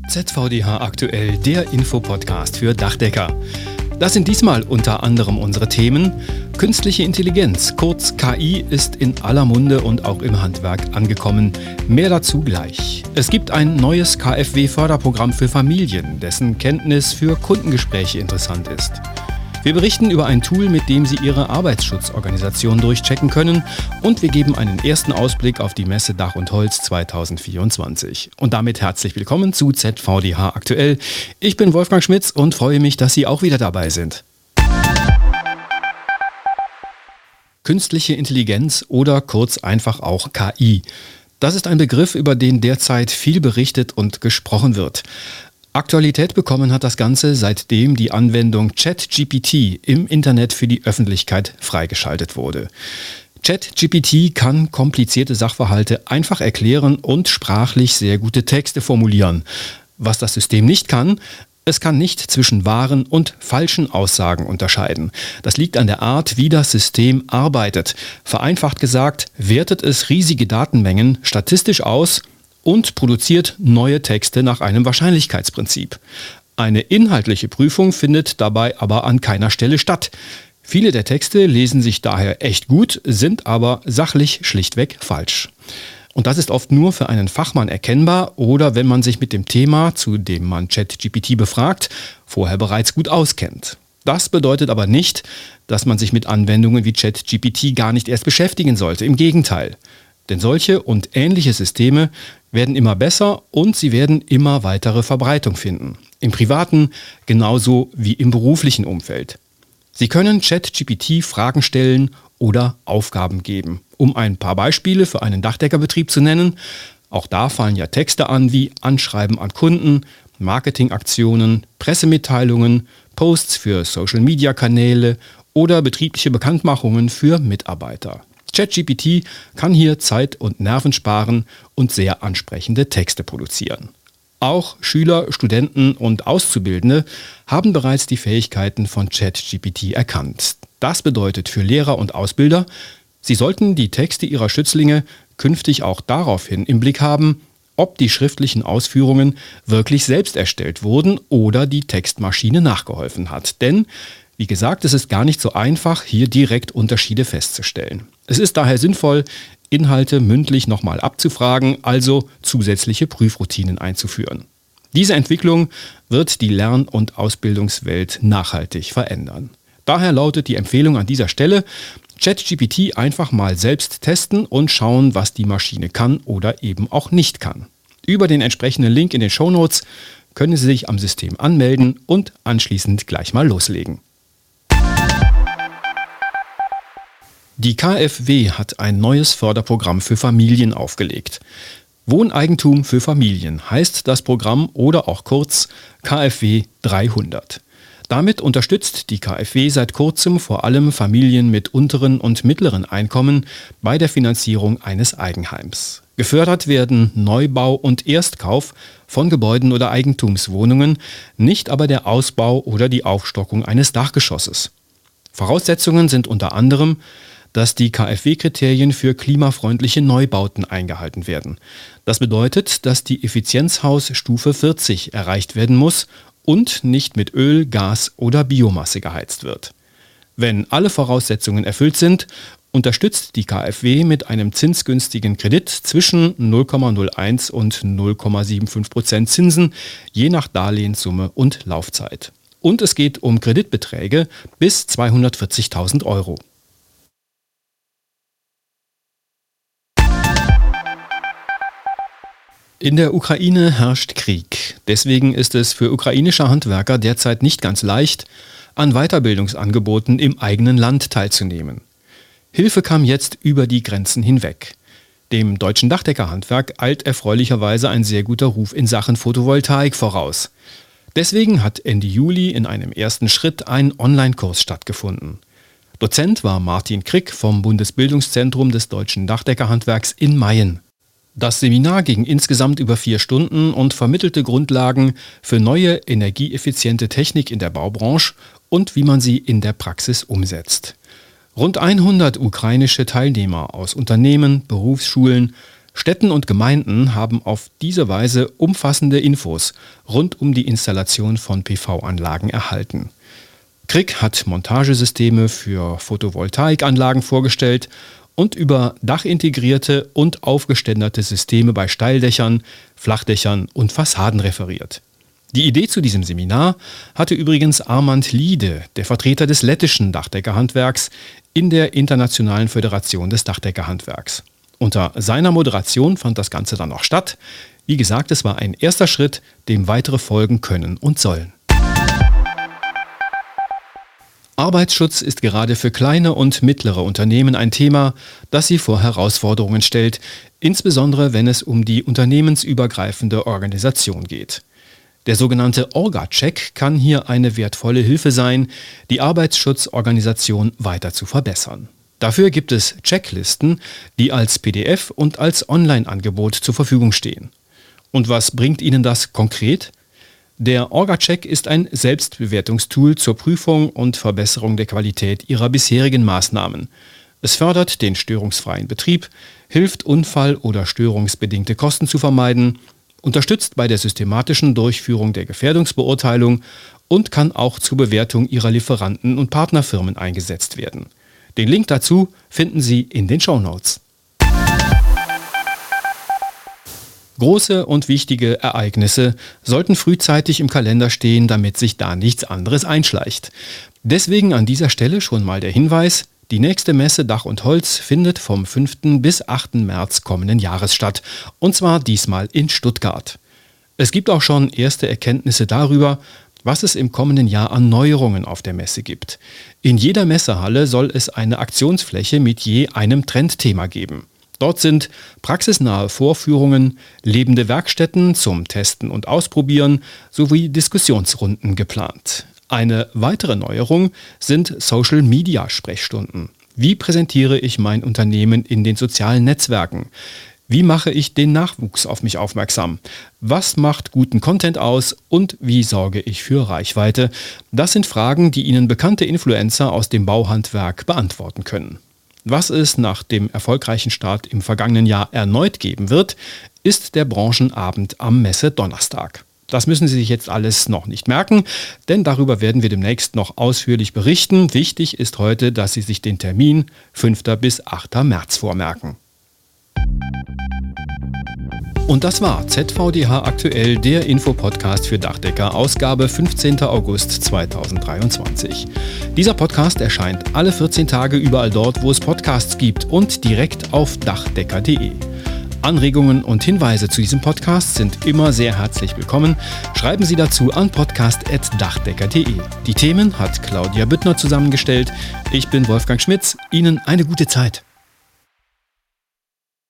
ZVDH aktuell, der Infopodcast für Dachdecker. Das sind diesmal unter anderem unsere Themen. Künstliche Intelligenz, kurz KI, ist in aller Munde und auch im Handwerk angekommen. Mehr dazu gleich. Es gibt ein neues KfW-Förderprogramm für Familien, dessen Kenntnis für Kundengespräche interessant ist. Wir berichten über ein Tool, mit dem Sie Ihre Arbeitsschutzorganisation durchchecken können, und wir geben einen ersten Ausblick auf die Messe Dach und Holz 2024. Und damit herzlich willkommen zu ZVDH aktuell. Ich bin Wolfgang Schmitz und freue mich, dass Sie auch wieder dabei sind. Künstliche Intelligenz oder kurz einfach auch KI. Das ist ein Begriff, über den derzeit viel berichtet und gesprochen wird. Aktualität bekommen hat das Ganze, seitdem die Anwendung ChatGPT im Internet für die Öffentlichkeit freigeschaltet wurde. ChatGPT kann komplizierte Sachverhalte einfach erklären und sprachlich sehr gute Texte formulieren. Was das System nicht kann: es kann nicht zwischen wahren und falschen Aussagen unterscheiden. Das liegt an der Art, wie das System arbeitet. Vereinfacht gesagt, wertet es riesige Datenmengen statistisch aus und produziert neue Texte nach einem Wahrscheinlichkeitsprinzip. Eine inhaltliche Prüfung findet dabei aber an keiner Stelle statt. Viele der Texte lesen sich daher echt gut, sind aber sachlich schlichtweg falsch. Und das ist oft nur für einen Fachmann erkennbar oder wenn man sich mit dem Thema, zu dem man ChatGPT befragt, vorher bereits gut auskennt. Das bedeutet aber nicht, dass man sich mit Anwendungen wie ChatGPT gar nicht erst beschäftigen sollte. Im Gegenteil. Denn solche und ähnliche Systeme werden immer besser und sie werden immer weitere Verbreitung finden. Im privaten genauso wie im beruflichen Umfeld. Sie können ChatGPT Fragen stellen oder Aufgaben geben. Um ein paar Beispiele für einen Dachdeckerbetrieb zu nennen: Auch da fallen ja Texte an wie Anschreiben an Kunden, Marketingaktionen, Pressemitteilungen, Posts für Social-Media-Kanäle oder betriebliche Bekanntmachungen für Mitarbeiter. ChatGPT kann hier Zeit und Nerven sparen und sehr ansprechende Texte produzieren. Auch Schüler, Studenten und Auszubildende haben bereits die Fähigkeiten von ChatGPT erkannt. Das bedeutet für Lehrer und Ausbilder, sie sollten die Texte ihrer Schützlinge künftig auch daraufhin im Blick haben, ob die schriftlichen Ausführungen wirklich selbst erstellt wurden oder die Textmaschine nachgeholfen hat. Denn, wie gesagt, es ist gar nicht so einfach, hier direkt Unterschiede festzustellen. Es ist daher sinnvoll, Inhalte mündlich nochmal abzufragen, also zusätzliche Prüfroutinen einzuführen. Diese Entwicklung wird die Lern- und Ausbildungswelt nachhaltig verändern. Daher lautet die Empfehlung an dieser Stelle: ChatGPT einfach mal selbst testen und schauen, was die Maschine kann oder eben auch nicht kann. Über den entsprechenden Link in den Shownotes können Sie sich am System anmelden und anschließend gleich mal loslegen. Die KfW hat ein neues Förderprogramm für Familien aufgelegt. Wohneigentum für Familien heißt das Programm oder auch kurz KfW 300. Damit unterstützt die KfW seit kurzem vor allem Familien mit unteren und mittleren Einkommen bei der Finanzierung eines Eigenheims. Gefördert werden Neubau und Erstkauf von Gebäuden oder Eigentumswohnungen, nicht aber der Ausbau oder die Aufstockung eines Dachgeschosses. Voraussetzungen sind unter anderem, dass die KfW-Kriterien für klimafreundliche Neubauten eingehalten werden. Das bedeutet, dass die Effizienzhaus Stufe 40 erreicht werden muss und nicht mit Öl, Gas oder Biomasse geheizt wird. Wenn alle Voraussetzungen erfüllt sind, unterstützt die KfW mit einem zinsgünstigen Kredit zwischen 0,01 und 0,75% Zinsen, je nach Darlehenssumme und Laufzeit. Und es geht um Kreditbeträge bis 240.000 Euro. In der Ukraine herrscht Krieg. Deswegen ist es für ukrainische Handwerker derzeit nicht ganz leicht, an Weiterbildungsangeboten im eigenen Land teilzunehmen. Hilfe kam jetzt über die Grenzen hinweg. Dem deutschen Dachdeckerhandwerk eilt erfreulicherweise ein sehr guter Ruf in Sachen Photovoltaik voraus. Deswegen hat Ende Juli in einem ersten Schritt ein Online-Kurs stattgefunden. Dozent war Martin Krick vom Bundesbildungszentrum des deutschen Dachdeckerhandwerks in Mayen. Das Seminar ging insgesamt über 4 Stunden und vermittelte Grundlagen für neue energieeffiziente Technik in der Baubranche und wie man sie in der Praxis umsetzt. Rund 100 ukrainische Teilnehmer aus Unternehmen, Berufsschulen, Städten und Gemeinden haben auf diese Weise umfassende Infos rund um die Installation von PV-Anlagen erhalten. CRIC hat Montagesysteme für Photovoltaikanlagen vorgestellt und über dachintegrierte und aufgeständerte Systeme bei Steildächern, Flachdächern und Fassaden referiert. Die Idee zu diesem Seminar hatte übrigens Armand Liede, der Vertreter des lettischen Dachdeckerhandwerks, in der Internationalen Föderation des Dachdeckerhandwerks. Unter seiner Moderation fand das Ganze dann auch statt. Wie gesagt, es war ein erster Schritt, dem weitere folgen können und sollen. Arbeitsschutz ist gerade für kleine und mittlere Unternehmen ein Thema, das sie vor Herausforderungen stellt, insbesondere wenn es um die unternehmensübergreifende Organisation geht. Der sogenannte Orga-Check kann hier eine wertvolle Hilfe sein, die Arbeitsschutzorganisation weiter zu verbessern. Dafür gibt es Checklisten, die als PDF und als Online-Angebot zur Verfügung stehen. Und was bringt Ihnen das konkret? Der Orga-Check ist ein Selbstbewertungstool zur Prüfung und Verbesserung der Qualität Ihrer bisherigen Maßnahmen. Es fördert den störungsfreien Betrieb, hilft unfall- oder störungsbedingte Kosten zu vermeiden, unterstützt bei der systematischen Durchführung der Gefährdungsbeurteilung und kann auch zur Bewertung Ihrer Lieferanten und Partnerfirmen eingesetzt werden. Den Link dazu finden Sie in den Shownotes. Große und wichtige Ereignisse sollten frühzeitig im Kalender stehen, damit sich da nichts anderes einschleicht. Deswegen an dieser Stelle schon mal der Hinweis: Die nächste Messe Dach und Holz findet vom 5. bis 8. März kommenden Jahres statt, und zwar diesmal in Stuttgart. Es gibt auch schon erste Erkenntnisse darüber, was es im kommenden Jahr an Neuerungen auf der Messe gibt. In jeder Messehalle soll es eine Aktionsfläche mit je einem Trendthema geben. Dort sind praxisnahe Vorführungen, lebende Werkstätten zum Testen und Ausprobieren sowie Diskussionsrunden geplant. Eine weitere Neuerung sind Social-Media-Sprechstunden. Wie präsentiere ich mein Unternehmen in den sozialen Netzwerken? Wie mache ich den Nachwuchs auf mich aufmerksam? Was macht guten Content aus und wie sorge ich für Reichweite? Das sind Fragen, die Ihnen bekannte Influencer aus dem Bauhandwerk beantworten können. Was es nach dem erfolgreichen Start im vergangenen Jahr erneut geben wird, ist der Branchenabend am Messe-Donnerstag. Das müssen Sie sich jetzt alles noch nicht merken, denn darüber werden wir demnächst noch ausführlich berichten. Wichtig ist heute, dass Sie sich den Termin 5. bis 8. März vormerken. Und das war ZVDH aktuell, der Infopodcast für Dachdecker, Ausgabe 15. August 2023. Dieser Podcast erscheint alle 14 Tage überall dort, wo es Podcasts gibt und direkt auf dachdecker.de. Anregungen und Hinweise zu diesem Podcast sind immer sehr herzlich willkommen. Schreiben Sie dazu an podcast@dachdecker.de. Die Themen hat Claudia Büttner zusammengestellt. Ich bin Wolfgang Schmitz. Ihnen eine gute Zeit.